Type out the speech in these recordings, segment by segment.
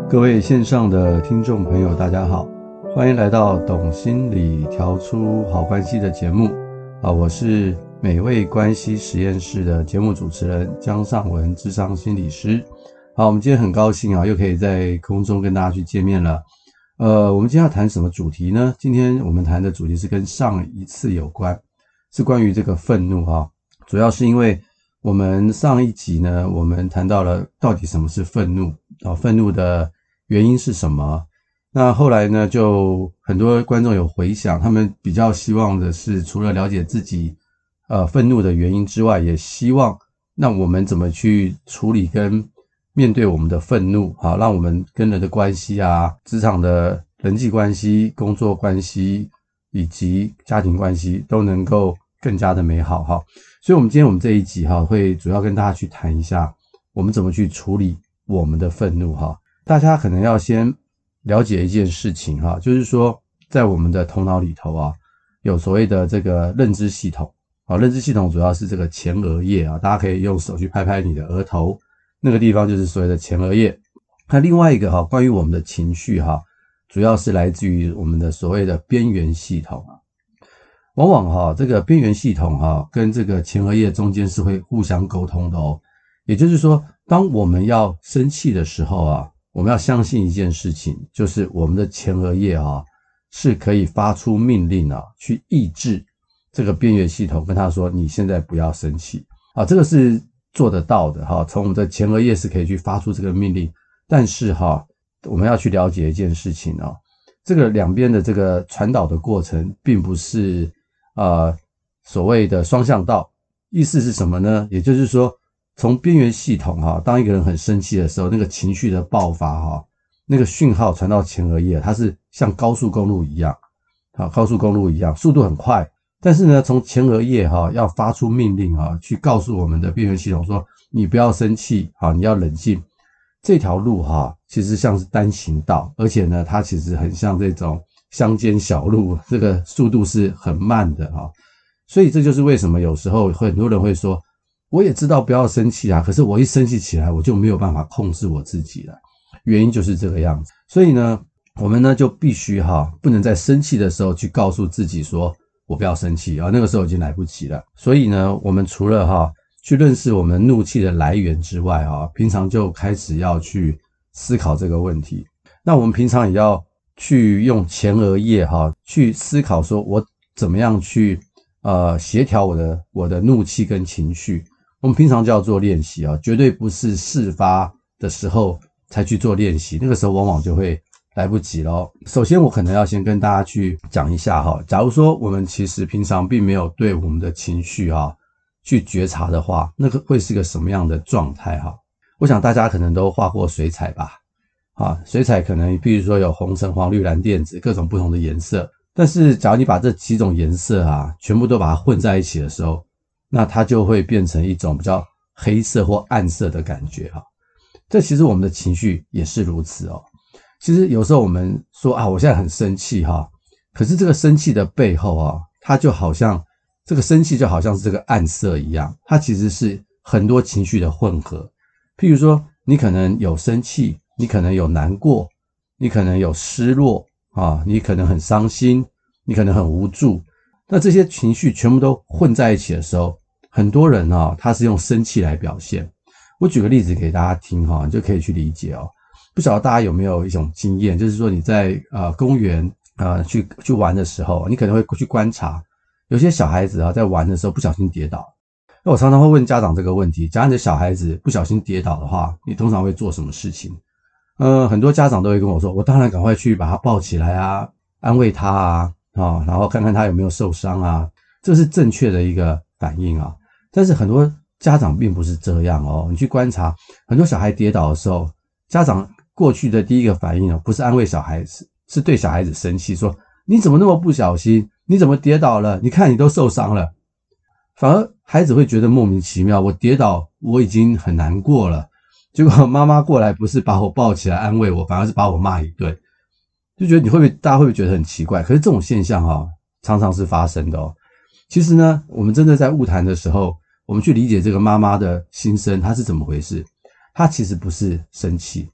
各位线上的听众朋友，大家好，欢迎来到懂心理调出好关系的节目。我是美味关系实验室的节目主持人江尚文諮商心理师。我们今天很高兴又可以在空中跟大家去见面了。我们今天要谈什么主题呢？今天我们谈的主题是跟上一次有关，是关于这个愤怒主要是因为我们上一集呢，我们谈到了到底什么是愤怒愤怒的原因是什么。那后来呢，就很多观众有回想，他们比较希望的是除了了解自己愤怒的原因之外，也希望那我们怎么去处理跟面对我们的愤怒让我们跟人的关系职场的人际关系、工作关系以及家庭关系都能够更加的美好所以我们今天这一集会主要跟大家去谈一下我们怎么去处理我们的愤怒大家可能要先了解一件事情就是说在我们的头脑里头有所谓的这个认知系统认知系统主要是这个前额叶大家可以用手去拍拍你的额头，那个地方就是所谓的前额叶。那另外一个关于我们的情绪主要是来自于我们的所谓的边缘系统往往这个边缘系统跟这个前额叶中间是会互相沟通的也就是说当我们要生气的时候我们要相信一件事情，就是我们的前额叶是可以发出命令去抑制这个边缘系统，跟他说你现在不要生气这个是做得到的从我们的前额叶是可以去发出这个命令。但是我们要去了解一件事情这个两边的这个传导的过程并不是所谓的双向道。意思是什么呢？也就是说从边缘系统当一个人很生气的时候，那个情绪的爆发那个讯号传到前额叶，它是像高速公路一样速度很快。但是呢，从前额叶要发出命令去告诉我们的边缘系统说你不要生气你要冷静。这条路其实像是单行道，而且呢它其实很像这种乡间小路，这个速度是很慢的所以这就是为什么有时候很多人会说我也知道不要生气可是我一生气起来我就没有办法控制我自己了，原因就是这个样子。所以呢我们呢就必须不能在生气的时候去告诉自己说我不要生气那个时候已经来不及了。所以呢我们除了去认识我们怒气的来源之外平常就开始要去思考这个问题。那我们平常也要去用前额叶去思考说我怎么样去协调我的怒气跟情绪。我们平常就要做练习绝对不是事发的时候才去做练习，那个时候往往就会来不及咯。首先我可能要先跟大家去讲一下假如说我们其实平常并没有对我们的情绪去觉察的话，那个会是个什么样的状态我想大家可能都画过水彩吧水彩可能比如说有红橙黄绿蓝靛紫各种不同的颜色，但是假如你把这几种颜色全部都把它混在一起的时候，那它就会变成一种比较黑色或暗色的感觉这其实我们的情绪也是如此其实有时候我们说我现在很生气可是这个生气的背后它就好像这个生气就好像是这个暗色一样，它其实是很多情绪的混合。譬如说你可能有生气，你可能有难过，你可能有失落你可能很伤心，你可能很无助。那这些情绪全部都混在一起的时候，很多人他是用生气来表现。我举个例子给大家听你就可以去理解不晓得大家有没有一种经验，就是说你在公园去玩的时候，你可能会去观察有些小孩子在玩的时候不小心跌倒。那我常常会问家长这个问题，假如你的小孩子不小心跌倒的话，你通常会做什么事情？很多家长都会跟我说，我当然赶快去把他抱起来安慰他然后看看他有没有受伤这是正确的一个反应但是很多家长并不是这样你去观察很多小孩跌倒的时候，家长过去的第一个反应不是安慰小孩子，是对小孩子生气，说你怎么那么不小心，你怎么跌倒了，你看你都受伤了。反而孩子会觉得莫名其妙，我跌倒我已经很难过了，结果妈妈过来不是把我抱起来安慰我，反而是把我骂一顿。就觉得大家会不会觉得很奇怪？可是这种现象常常是发生的其实呢，我们真的在晤谈的时候，我们去理解这个妈妈的心声，她是怎么回事。她其实不是生气，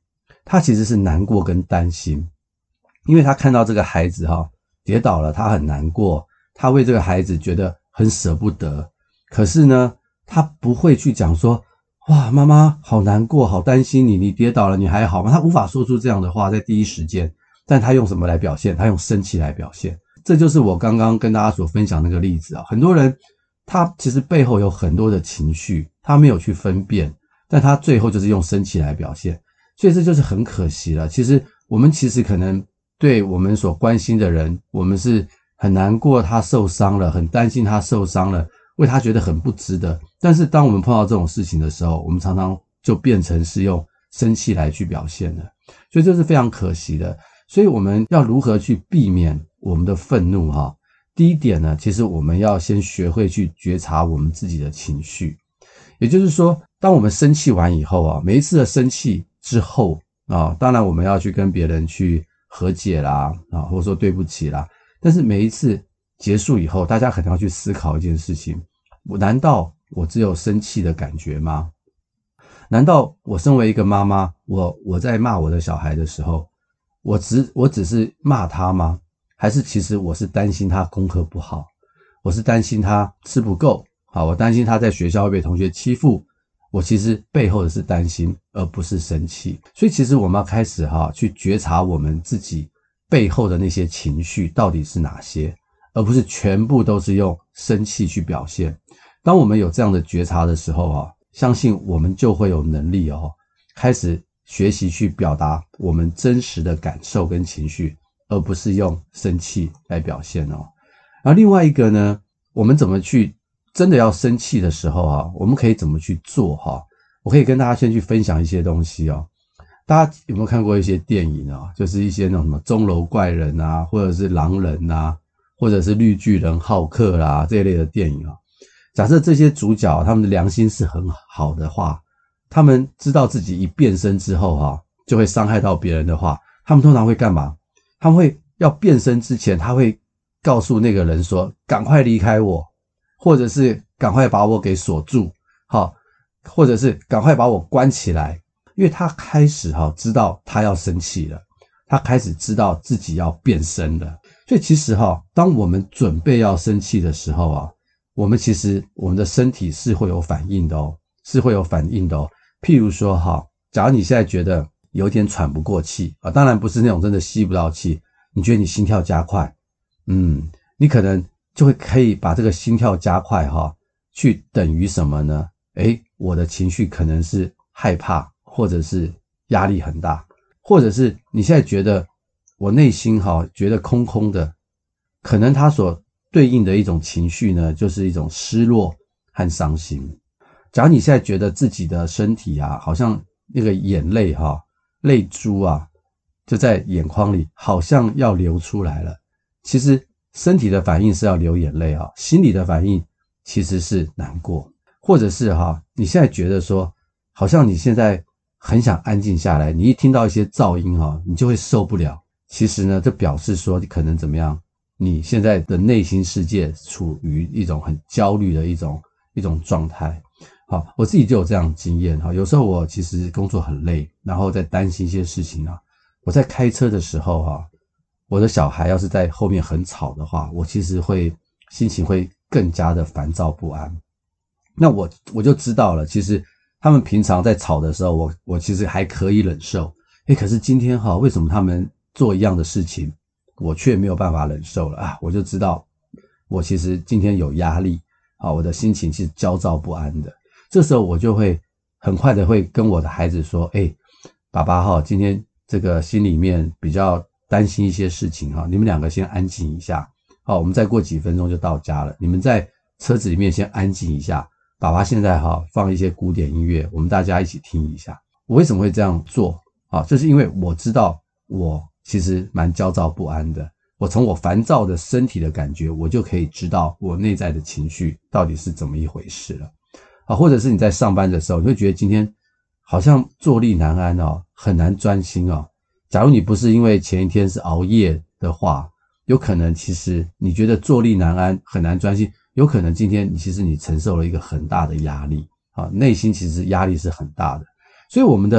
他其实是难过跟担心，因为他看到这个孩子跌倒了，他很难过，他为这个孩子觉得很舍不得。可是呢，他不会去讲说，哇，妈妈好难过，好担心你，你跌倒了，你还好吗？他无法说出这样的话在第一时间，但他用什么来表现？他用生气来表现。这就是我刚刚跟大家所分享那个例子很多人他其实背后有很多的情绪，他没有去分辨，但他最后就是用生气来表现，所以这就是很可惜了。其实我们可能对我们所关心的人，我们是很难过他受伤了，很担心他受伤了，为他觉得很不值得。但是当我们碰到这种事情的时候，我们常常就变成是用生气来去表现了，所以这是非常可惜的。所以我们要如何去避免我们的愤怒第一点呢，其实我们要先学会去觉察我们自己的情绪。也就是说，当我们生气完以后每一次的生气之后当然我们要去跟别人去和解啦或者说对不起啦，但是每一次结束以后，大家可能要去思考一件事情，难道我只有生气的感觉吗？难道我身为一个妈妈，我在骂我的小孩的时候，我只是骂他吗？还是其实我是担心他功课不好，我是担心他吃不够我担心他在学校会被同学欺负，我其实背后的是担心而不是生气。所以其实我们要开始去觉察我们自己背后的那些情绪到底是哪些，而不是全部都是用生气去表现。当我们有这样的觉察的时候相信我们就会有能力开始学习去表达我们真实的感受跟情绪，而不是用生气来表现然后另外一个呢，我们怎么去真的要生气的时候我们可以怎么去做我可以跟大家先去分享一些东西大家有没有看过一些电影就是一些那种什么钟楼怪人或者是狼人或者是绿巨人浩克啦这一类的电影假设这些主角他们的良心是很好的话，他们知道自己一变身之后就会伤害到别人的话，他们通常会干嘛？他们会要变身之前，他会告诉那个人说赶快离开我，或者是赶快把我给锁住或者是赶快把我关起来。因为他开始知道他要生气了，他开始知道自己要变身了。所以其实当我们准备要生气的时候我们其实我们的身体是会有反应的是会有反应的譬如说假如你现在觉得有点喘不过气当然不是那种真的吸不到气，你觉得你心跳加快你可能就会可以把这个心跳加快去等于什么呢？我的情绪可能是害怕，或者是压力很大，或者是你现在觉得我内心觉得空空的，可能它所对应的一种情绪呢，就是一种失落和伤心。假如你现在觉得自己的身体好像那个眼泪泪珠就在眼眶里好像要流出来了，其实身体的反应是要流眼泪心理的反应其实是难过。或者是你现在觉得说好像你现在很想安静下来，你一听到一些噪音你就会受不了。其实呢，这表示说你可能怎么样，你现在的内心世界处于一种很焦虑的一种状态。我自己就有这样的经验有时候我其实工作很累，然后在担心一些事情我在开车的时候我的小孩要是在后面很吵的话，我其实心情会更加的烦躁不安。那我就知道了，其实他们平常在吵的时候我其实还可以忍受，可是今天为什么他们做一样的事情我却没有办法忍受了我就知道我其实今天有压力我的心情是焦躁不安的。这时候我就会很快的会跟我的孩子说爸爸今天这个心里面比较担心一些事情你们两个先安静一下我们再过几分钟就到家了，你们在车子里面先安静一下，爸爸现在放一些古典音乐，我们大家一起听一下。我为什么会这样做就是因为我知道我其实蛮焦躁不安的，我从我烦躁的身体的感觉，我就可以知道我内在的情绪到底是怎么一回事了或者是你在上班的时候，你会觉得今天好像坐立难安很难专心假如你不是因为前一天是熬夜的话，有可能其实你觉得坐立难安很难专心，有可能今天其实你承受了一个很大的压力内心其实压力是很大的。所以我们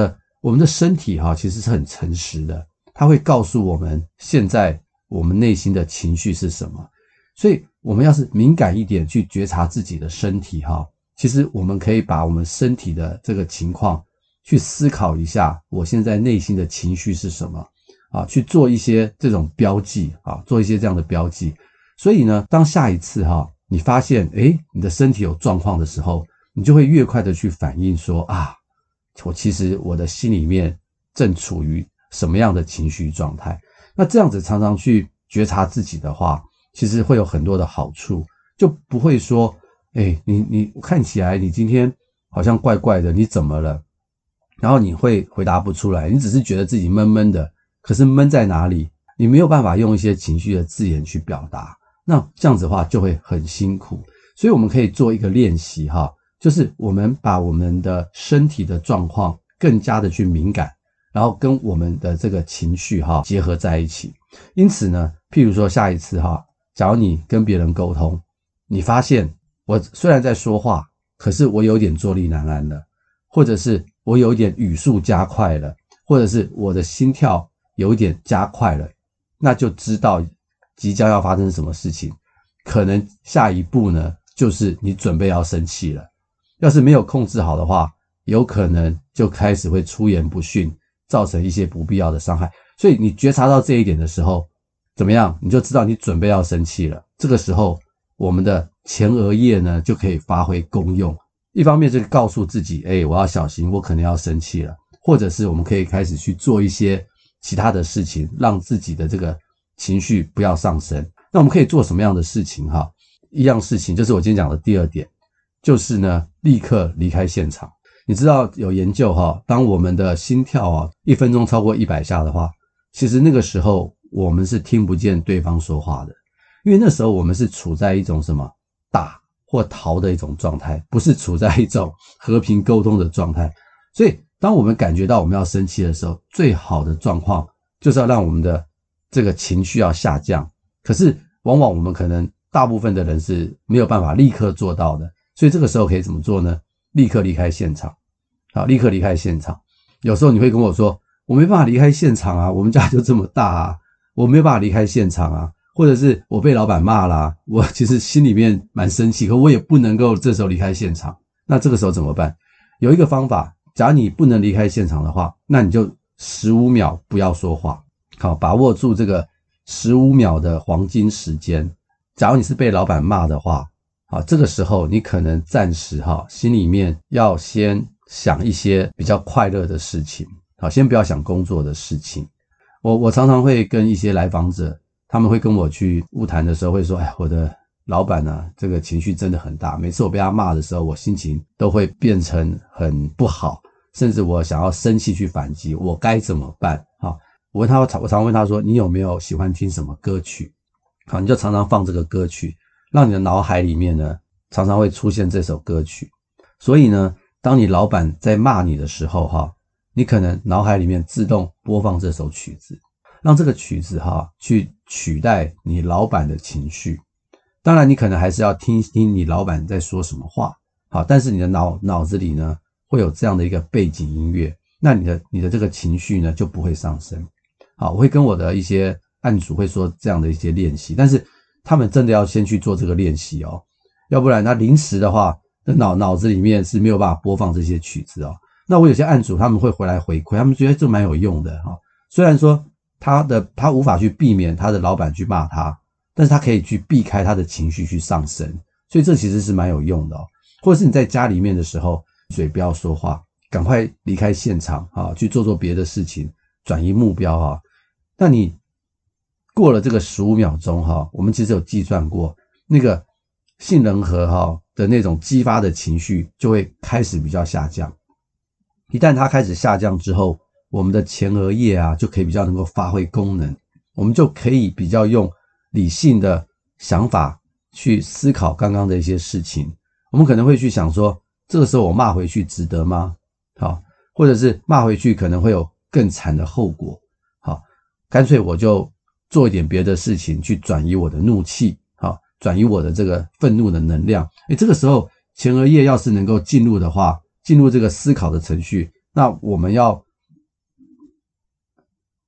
我们的身体其实是很诚实的，它会告诉我们现在我们内心的情绪是什么。所以我们要是敏感一点去觉察自己的身体其实我们可以把我们身体的这个情况去思考一下，我现在内心的情绪是什么去做一些这种标记做一些这样的标记。所以呢，当下一次你发现你的身体有状况的时候，你就会越快的去反应说其实我的心里面正处于什么样的情绪状态。那这样子常常去觉察自己的话，其实会有很多的好处，就不会说你看起来你今天好像怪怪的，你怎么了？然后你会回答不出来，你只是觉得自己闷闷的，可是闷在哪里？你没有办法用一些情绪的字眼去表达，那这样子的话就会很辛苦。所以我们可以做一个练习就是我们把我们的身体的状况更加的去敏感，然后跟我们的这个情绪结合在一起。因此呢，譬如说下一次假如你跟别人沟通，你发现我虽然在说话，可是我有点坐立难安了，或者是我有点语速加快了，或者是我的心跳有一点加快了，那就知道即将要发生什么事情。可能下一步呢，就是你准备要生气了。要是没有控制好的话，有可能就开始会出言不逊，造成一些不必要的伤害。所以你觉察到这一点的时候，怎么样？你就知道你准备要生气了。这个时候，我们的前额叶呢就可以发挥功用。一方面是告诉自己，我要小心，我可能要生气了。或者是我们可以开始去做一些其他的事情，让自己的这个情绪不要上升。那我们可以做什么样的事情一样事情就是我今天讲的第二点，就是呢，立刻离开现场。你知道有研究当我们的心跳1分钟超过100下的话，其实那个时候我们是听不见对方说话的，因为那时候我们是处在一种什么打或逃的一种状态，不是处在一种和平沟通的状态。所以当我们感觉到我们要生气的时候，最好的状况就是要让我们的这个情绪要下降。可是往往我们可能大部分的人是没有办法立刻做到的，所以这个时候可以怎么做呢？立刻离开现场。立刻离开现场。有时候你会跟我说，我没办法离开现场啊，我们家就这么大我没有办法离开现场或者是我被老板骂啦，我其实心里面蛮生气，可我也不能够这时候离开现场。那这个时候怎么办？有一个方法，假如你不能离开现场的话，那你就15秒不要说话。把握住这个15秒的黄金时间。假如你是被老板骂的话，这个时候你可能暂时心里面要先想一些比较快乐的事情，先不要想工作的事情。我常常会跟一些来访者，他们会跟我去晤谈的时候会说，我的老板这个情绪真的很大，每次我被他骂的时候，我心情都会变成很不好，甚至我想要生气去反击，我该怎么办？我常问他说，你有没有喜欢听什么歌曲？你就常常放这个歌曲，让你的脑海里面呢常常会出现这首歌曲。所以呢，当你老板在骂你的时候你可能脑海里面自动播放这首曲子，让这个曲子去取代你老板的情绪。当然你可能还是要听听你老板在说什么话，但是你的脑子里呢会有这样的一个背景音乐，那你的这个情绪呢就不会上升。我会跟我的一些案主会说这样的一些练习，但是他们真的要先去做这个练习要不然他临时的话，脑子里面是没有办法播放这些曲子那我有些案主他们会回来回馈，他们觉得这蛮有用的虽然说他无法去避免他的老板去骂他，但是他可以去避开他的情绪去上升，所以这其实是蛮有用的或者是你在家里面的时候，嘴不要说话，赶快离开现场去做别的事情，转移目标那你过了这个15秒钟我们其实有计算过，那个杏仁核的那种激发的情绪就会开始比较下降。一旦它开始下降之后，我们的前额叶就可以比较能够发挥功能，我们就可以比较用理性的想法去思考刚刚的一些事情。我们可能会去想说，这个时候我骂回去值得吗？或者是骂回去可能会有更惨的后果。干脆我就做一点别的事情去转移我的怒气，转移我的这个愤怒的能量。这个时候前额叶要是能够进入的话，进入这个思考的程序，那我们要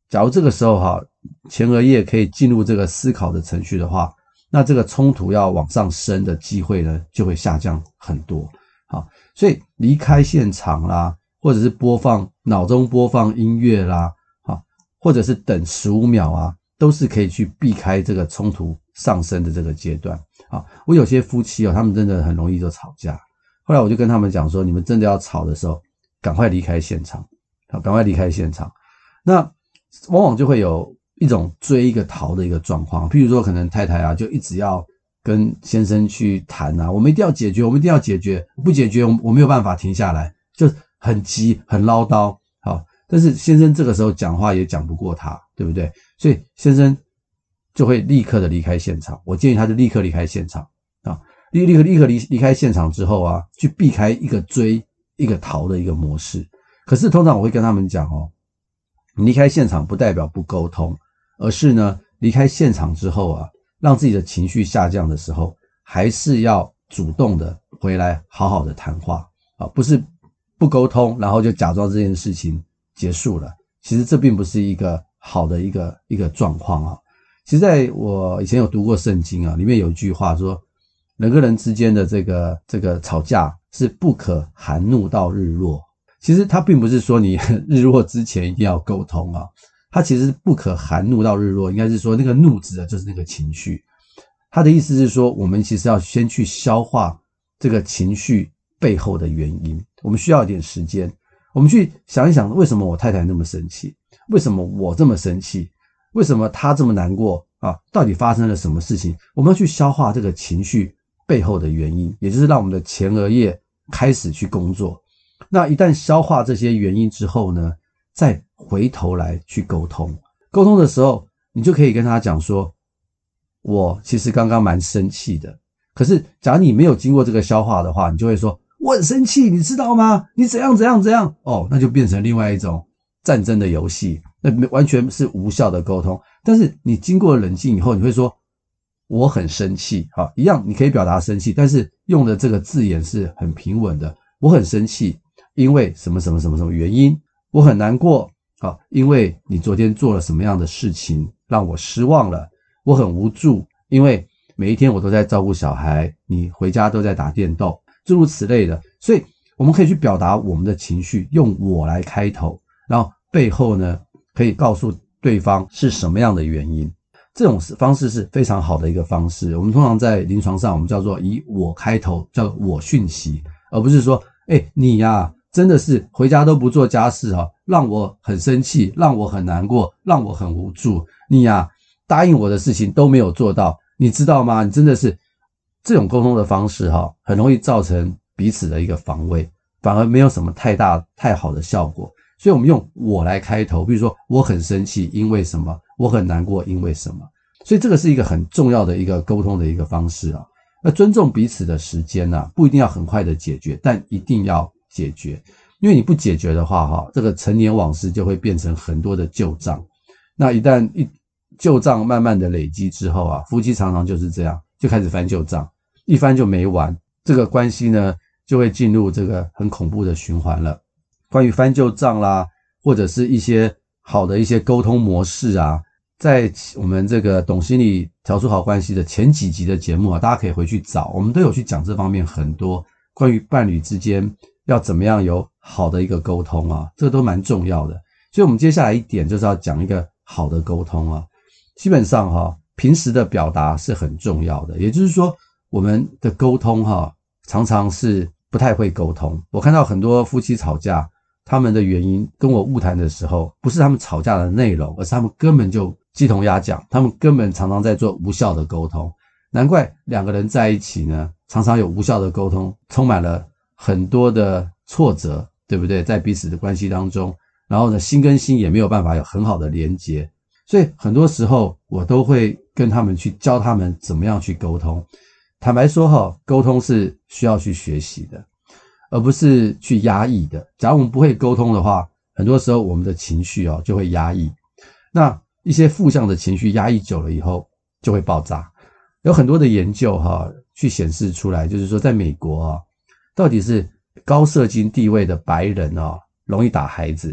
假如这个时候前额叶可以进入这个思考的程序的话，那这个冲突要往上升的机会呢就会下降很多。好，所以离开现场啦，或者是脑中播放音乐啦，或者是等15秒啊，都是可以去避开这个冲突上升的这个阶段。我有些夫妻他们真的很容易就吵架，后来我就跟他们讲说，你们真的要吵的时候赶快离开现场，赶快离开现场。那往往就会有一种追一个逃的一个状况，譬如说可能太太就一直要跟先生去谈我们一定要解决，我们一定要解决，不解决我没有办法停下来，就很急很唠叨。但是先生这个时候讲话也讲不过他，对不对？所以先生就会立刻的离开现场。我建议他就立刻离开现场立刻离开现场之后去避开一个追一个逃的一个模式。可是通常我会跟他们讲你离开现场不代表不沟通，而是呢离开现场之后让自己的情绪下降的时候，还是要主动的回来好好的谈话不是不沟通然后就假装这件事情结束了。其实这并不是一个好的一个状况其实在我以前有读过圣经里面有一句话说，人跟人之间的这个吵架是不可含怒到日落。其实它并不是说你日落之前一定要沟通它其实不可含怒到日落，应该是说那个怒指的就是那个情绪。他的意思是说，我们其实要先去消化这个情绪背后的原因，我们需要一点时间，我们去想一想，为什么我太太那么生气，为什么我这么生气，为什么她这么难过到底发生了什么事情。我们要去消化这个情绪背后的原因，也就是让我们的前额叶开始去工作。那一旦消化这些原因之后呢，再回头来去沟通。沟通的时候，你就可以跟他讲说，我其实刚刚蛮生气的，可是假如你没有经过这个消化的话，你就会说我很生气，你知道吗？你怎样怎样怎样那就变成另外一种战争的游戏，那完全是无效的沟通。但是你经过冷静以后，你会说我很生气一样你可以表达生气，但是用的这个字眼是很平稳的。我很生气，因为什么什么什么什么原因。我很难过因为你昨天做了什么样的事情让我失望了。我很无助，因为每一天我都在照顾小孩，你回家都在打电动，诸如此类的。所以我们可以去表达我们的情绪，用我来开头，然后背后呢可以告诉对方是什么样的原因。这种方式是非常好的一个方式。我们通常在临床上我们叫做以我开头，叫我讯息，而不是说你真的是回家都不做家事让我很生气，让我很难过，让我很无助。你答应我的事情都没有做到，你知道吗？你真的是这种沟通的方式很容易造成彼此的一个防卫，反而没有什么太好的效果。所以我们用我来开头，比如说我很生气因为什么，我很难过因为什么。所以这个是一个很重要的一个沟通的一个方式那尊重彼此的时间不一定要很快的解决，但一定要解决。因为你不解决的话这个陈年往事就会变成很多的旧账。那一旦旧账慢慢的累积之后夫妻常常就是这样，就开始翻旧账，一翻就没完，这个关系呢就会进入这个很恐怖的循环了。关于翻旧账啦，或者是一些好的一些沟通模式在我们这个懂心理调出好关系的前几集的节目大家可以回去找，我们都有去讲这方面很多关于伴侣之间要怎么样有好的一个沟通这个都蛮重要的。所以我们接下来一点就是要讲一个好的沟通基本上平时的表达是很重要的，也就是说我们的沟通常常是不太会沟通。我看到很多夫妻吵架，他们的原因跟我晤谈的时候，不是他们吵架的内容，而是他们根本就鸡同鸭讲，他们根本常常在做无效的沟通。难怪两个人在一起呢，常常有无效的沟通，充满了很多的挫折，对不对？在彼此的关系当中，然后呢，心跟心也没有办法有很好的连结。所以很多时候我都会跟他们去教他们怎么样去沟通。坦白说沟通是需要去学习的，而不是去压抑的。假如我们不会沟通的话，很多时候我们的情绪就会压抑。那一些负向的情绪压抑久了以后就会爆炸。有很多的研究去显示出来，就是说在美国到底是高社经地位的白人容易打孩子，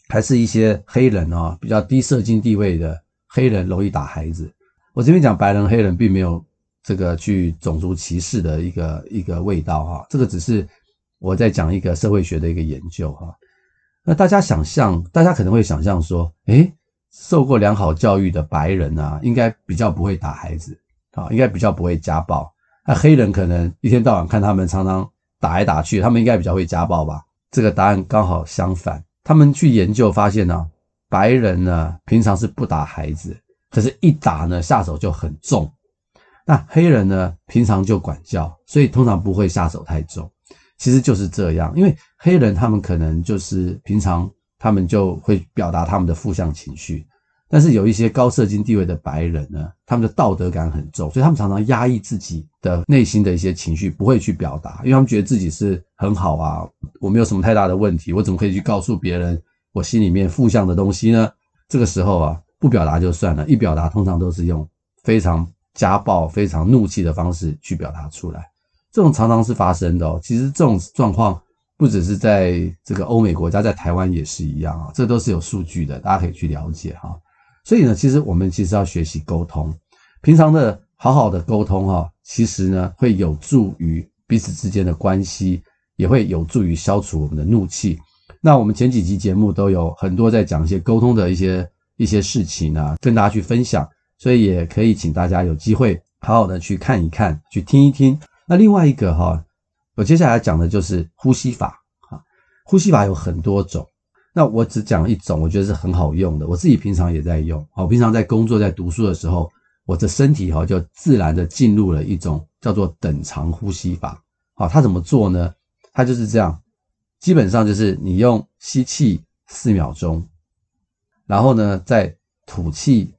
还是一些黑人比较低社经地位的黑人容易打孩子。我这边讲白人黑人并没有这个去种族歧视的一个味道这个只是我在讲一个社会学的一个研究那大家可能会想象说，受过良好教育的白人应该比较不会打孩子应该比较不会家暴。那黑人可能一天到晚看他们常常打来打去，他们应该比较会家暴吧？这个答案刚好相反。他们去研究发现白人呢平常是不打孩子，可是一打呢下手就很重。那黑人呢平常就管教，所以通常不会下手太重。其实就是这样，因为黑人他们可能就是平常他们就会表达他们的负向情绪，但是有一些高社经地位的白人呢，他们的道德感很重，所以他们常常压抑自己的内心的一些情绪，不会去表达，因为他们觉得自己是很好我没有什么太大的问题，我怎么可以去告诉别人我心里面负向的东西呢？这个时候不表达就算了，一表达通常都是用非常家暴、非常怒气的方式去表达出来。这种常常是发生的其实这种状况不只是在这个欧美国家，在台湾也是一样这都是有数据的，大家可以去了解所以呢，其实我们要学习沟通，平常的好好的沟通其实呢会有助于彼此之间的关系，也会有助于消除我们的怒气。那我们前几集节目都有很多在讲一些沟通的一些事情跟大家去分享，所以也可以请大家有机会好好的去看一看，去听一听。那另外一个我接下来讲的就是呼吸法呼吸法有很多种，那我只讲一种我觉得是很好用的，我自己平常也在用我平常在工作在读书的时候，我的身体就自然的进入了一种叫做等长呼吸法它怎么做呢？它就是这样，基本上就是你用吸气4秒钟，然后呢再吐气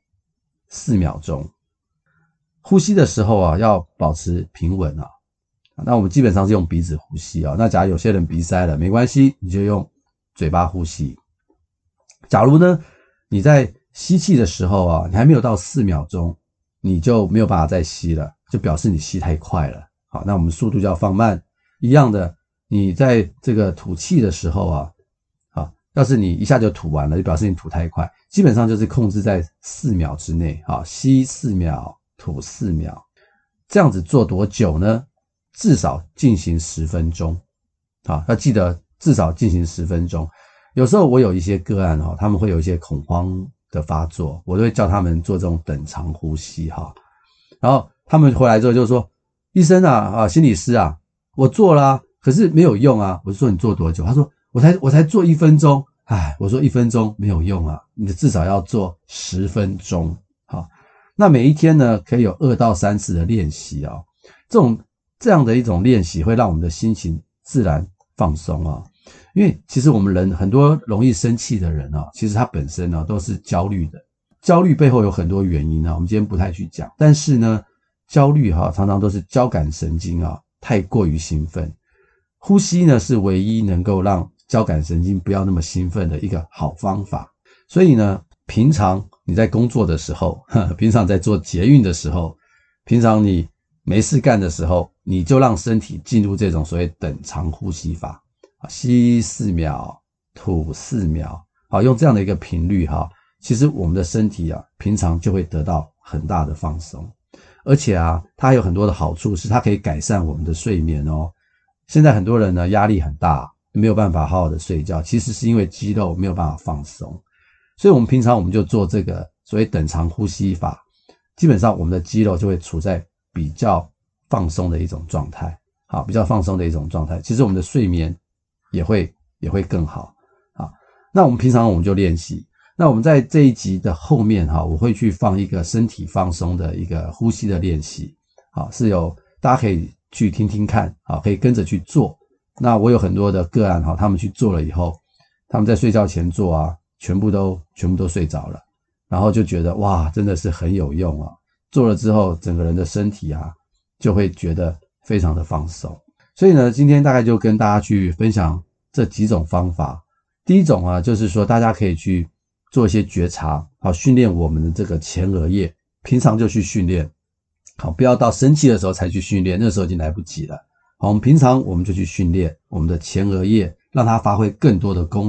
4秒钟。呼吸的时候要保持平稳那我们基本上是用鼻子呼吸那假如有些人鼻塞了没关系，你就用嘴巴呼吸。假如呢你在吸气的时候你还没有到4秒钟，你就没有办法再吸了，就表示你吸太快了。好，那我们速度就要放慢。一样的，你在这个吐气的时候要是你一下就吐完了，就表示你吐太快。基本上就是控制在4秒之内吸4秒吐4秒。这样子做多久呢？至少进行10分钟要记得至少进行10分钟。有时候我有一些个案他们会有一些恐慌的发作，我都会叫他们做这种等长呼吸然后他们回来之后就说，医生心理师我做了可是没有用我就说你做多久？他说我才做1分钟。我说1分钟没有用你至少要做10分钟那每一天呢可以有2到3次的练习这样的一种练习会让我们的心情自然放松因为其实我们人很多容易生气的人其实他本身都是焦虑的，焦虑背后有很多原因我们今天不太去讲，但是呢焦虑常常都是交感神经太过于兴奋，呼吸呢是唯一能够让交感神经不要那么兴奋的一个好方法。所以呢平常你在工作的时候平常在做捷运的时候，平常你没事干的时候，你就让身体进入这种所谓等长呼吸法吸4秒吐4秒用这样的一个频率其实我们的身体平常就会得到很大的放松。而且它有很多的好处，是它可以改善我们的睡眠现在很多人呢压力很大，没有办法好好的睡觉，其实是因为肌肉没有办法放松。所以我们平常我们就做这个所谓等长呼吸法，基本上我们的肌肉就会处在比较放松的一种状态比较放松的一种状态，其实我们的睡眠也会更好那我们平常我们就练习。那我们在这一集的后面我会去放一个身体放松的一个呼吸的练习是有大家可以去听听看可以跟着去做。那我有很多的个案他们去做了以后，他们在睡觉前做全部都睡着了，然后就觉得哇真的是很有用做了之后整个人的身体就会觉得非常的放松。所以呢今天大概就跟大家去分享这几种方法。第一种就是说大家可以去做一些觉察训练我们的这个前额叶，平常就去训练不要到生气的时候才去训练，那时候已经来不及了我们平常我们就去训练我们的前额叶，让它发挥更多的功能，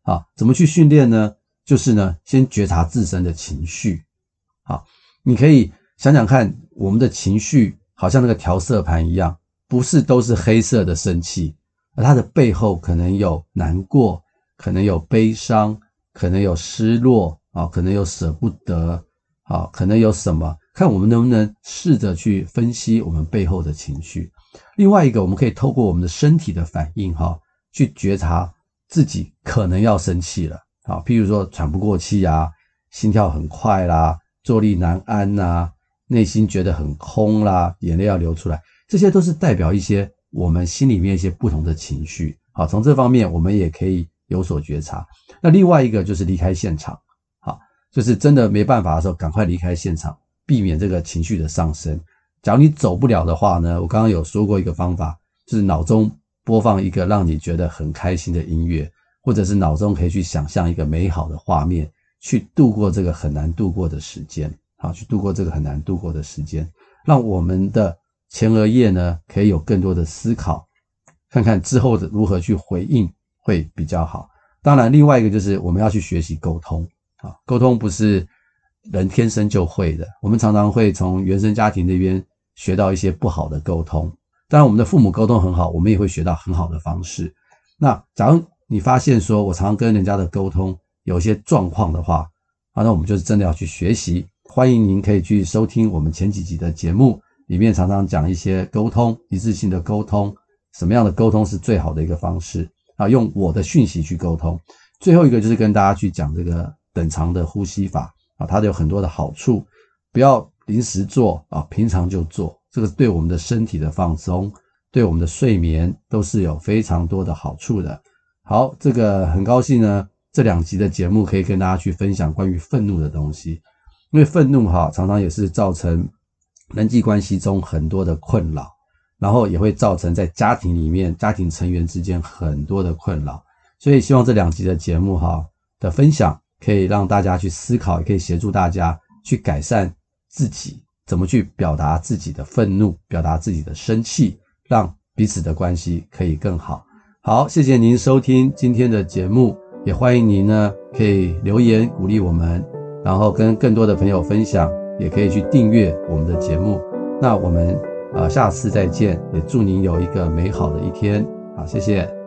好，怎么去训练呢？就是呢，先觉察自身的情绪。好，你可以想想看，我们的情绪好像那个调色盘一样，不是都是黑色的生气，而它的背后可能有难过，可能有悲伤，可能有失落，可能有舍不得，可能有什么，看我们能不能试着去分析我们背后的情绪。另外一个，我们可以透过我们的身体的反应，去觉察自己可能要生气了。譬如说喘不过气啊，心跳很快啦，坐立难安啊，内心觉得很空啦，眼泪要流出来，这些都是代表一些我们心里面一些不同的情绪。好，从这方面我们也可以有所觉察。那另外一个就是离开现场，好，就是真的没办法的时候赶快离开现场，避免这个情绪的上升。假如你走不了的话呢，我刚刚有说过一个方法，就是脑中播放一个让你觉得很开心的音乐，或者是脑中可以去想象一个美好的画面，去度过这个很难度过的时间。好，去度过这个很难度过的时间，让我们的前额叶呢可以有更多的思考，看看之后的如何去回应会比较好。当然另外一个就是我们要去学习沟通。沟通不是人天生就会的，我们常常会从原生家庭那边学到一些不好的沟通。当然我们的父母沟通很好，我们也会学到很好的方式。那假如你发现说我常常跟人家的沟通有一些状况的话，那我们就是真的要去学习。欢迎您可以去收听我们前几集的节目，里面常常讲一些沟通，一致性的沟通，什么样的沟通是最好的一个方式，用我的讯息去沟通。最后一个就是跟大家去讲这个等长的呼吸法，它有很多的好处，不要临时做，平常就做，这个对我们的身体的放松，对我们的睡眠都是有非常多的好处的。好，这个很高兴呢，这2集的节目可以跟大家去分享关于愤怒的东西。因为愤怒常常也是造成人际关系中很多的困扰，然后也会造成在家庭里面家庭成员之间很多的困扰。所以希望这2集的节目的分享可以让大家去思考，也可以协助大家去改善自己怎么去表达自己的愤怒，表达自己的生气，让彼此的关系可以更好。好，谢谢您收听今天的节目，也欢迎您呢可以留言鼓励我们，然后跟更多的朋友分享，也可以去订阅我们的节目。那我们下次再见，也祝您有一个美好的一天。好，谢谢。